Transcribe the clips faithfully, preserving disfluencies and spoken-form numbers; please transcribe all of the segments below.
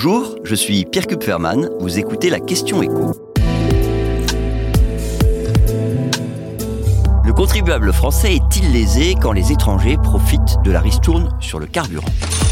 Bonjour, je suis Pierre Kupferman, vous écoutez la Question Éco. Le contribuable français est-il lésé quand les étrangers profitent de la ristourne sur le carburant ?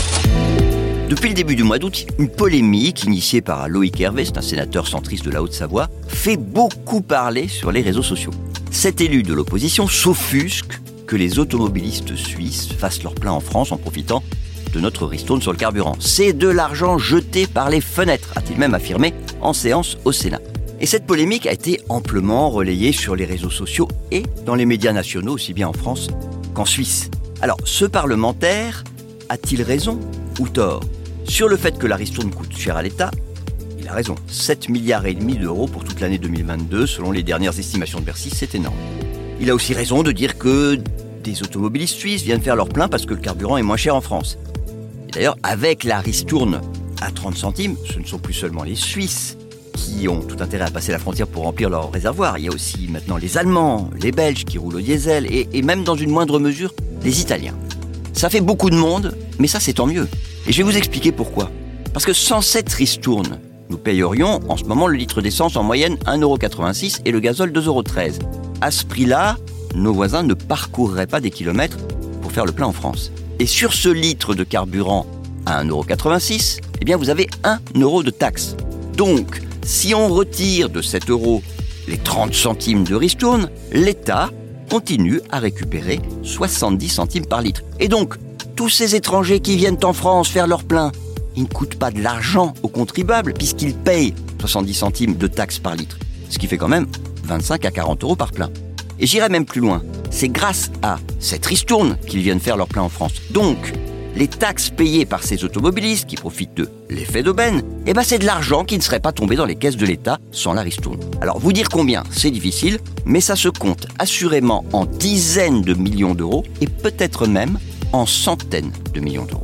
Depuis le début du mois d'août, une polémique initiée par Loïc Hervé, c'est un sénateur centriste de la Haute-Savoie, fait beaucoup parler sur les réseaux sociaux. Cet élu de l'opposition s'offusque que les automobilistes suisses fassent leur plein en France en profitant de notre ristourne sur le carburant. C'est de l'argent jeté par les fenêtres, a-t-il même affirmé en séance au Sénat. Et cette polémique a été amplement relayée sur les réseaux sociaux et dans les médias nationaux, aussi bien en France qu'en Suisse. Alors, ce parlementaire a-t-il raison ou tort ? Sur le fait que la ristourne coûte cher à l'État, il a raison. sept milliards et demi d'euros pour toute l'année deux mille vingt-deux, selon les dernières estimations de Bercy, c'est énorme. Il a aussi raison de dire que des automobilistes suisses viennent faire leur plein parce que le carburant est moins cher en France. Et d'ailleurs, avec la ristourne à trente centimes, ce ne sont plus seulement les Suisses qui ont tout intérêt à passer la frontière pour remplir leur réservoir. Il y a aussi maintenant les Allemands, les Belges qui roulent au diesel et, et même dans une moindre mesure, les Italiens. Ça fait beaucoup de monde, mais ça c'est tant mieux. Et je vais vous expliquer pourquoi. Parce que sans cette ristourne, nous payerions en ce moment le litre d'essence en moyenne un euro quatre-vingt-six et le gazole deux euros treize. À ce prix-là, nos voisins ne parcourraient pas des kilomètres pour faire le plein en France. Et sur ce litre de carburant à un euro quatre-vingt-six, eh bien vous avez un euro de taxe. Donc, si on retire de sept euros les trente centimes de ristourne, l'État continue à récupérer soixante-dix centimes par litre. Et donc, tous ces étrangers qui viennent en France faire leur plein, ils ne coûtent pas de l'argent aux contribuables puisqu'ils payent soixante-dix centimes de taxes par litre. Ce qui fait quand même vingt-cinq à quarante euros par plein. Et j'irai même plus loin. C'est grâce à cette ristourne qu'ils viennent faire leur plein en France. Donc, les taxes payées par ces automobilistes qui profitent de l'effet d'aubaine, eh ben c'est de l'argent qui ne serait pas tombé dans les caisses de l'État sans la ristourne. Alors, vous dire combien, c'est difficile, mais ça se compte assurément en dizaines de millions d'euros et peut-être même en centaines de millions d'euros.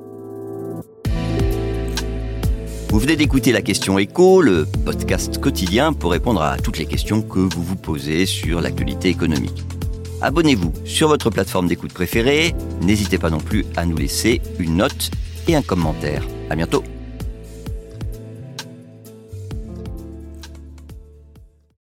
Vous venez d'écouter la Question Éco, le podcast quotidien pour répondre à toutes les questions que vous vous posez sur l'actualité économique. Abonnez-vous sur votre plateforme d'écoute préférée. N'hésitez pas non plus à nous laisser une note et un commentaire. À bientôt.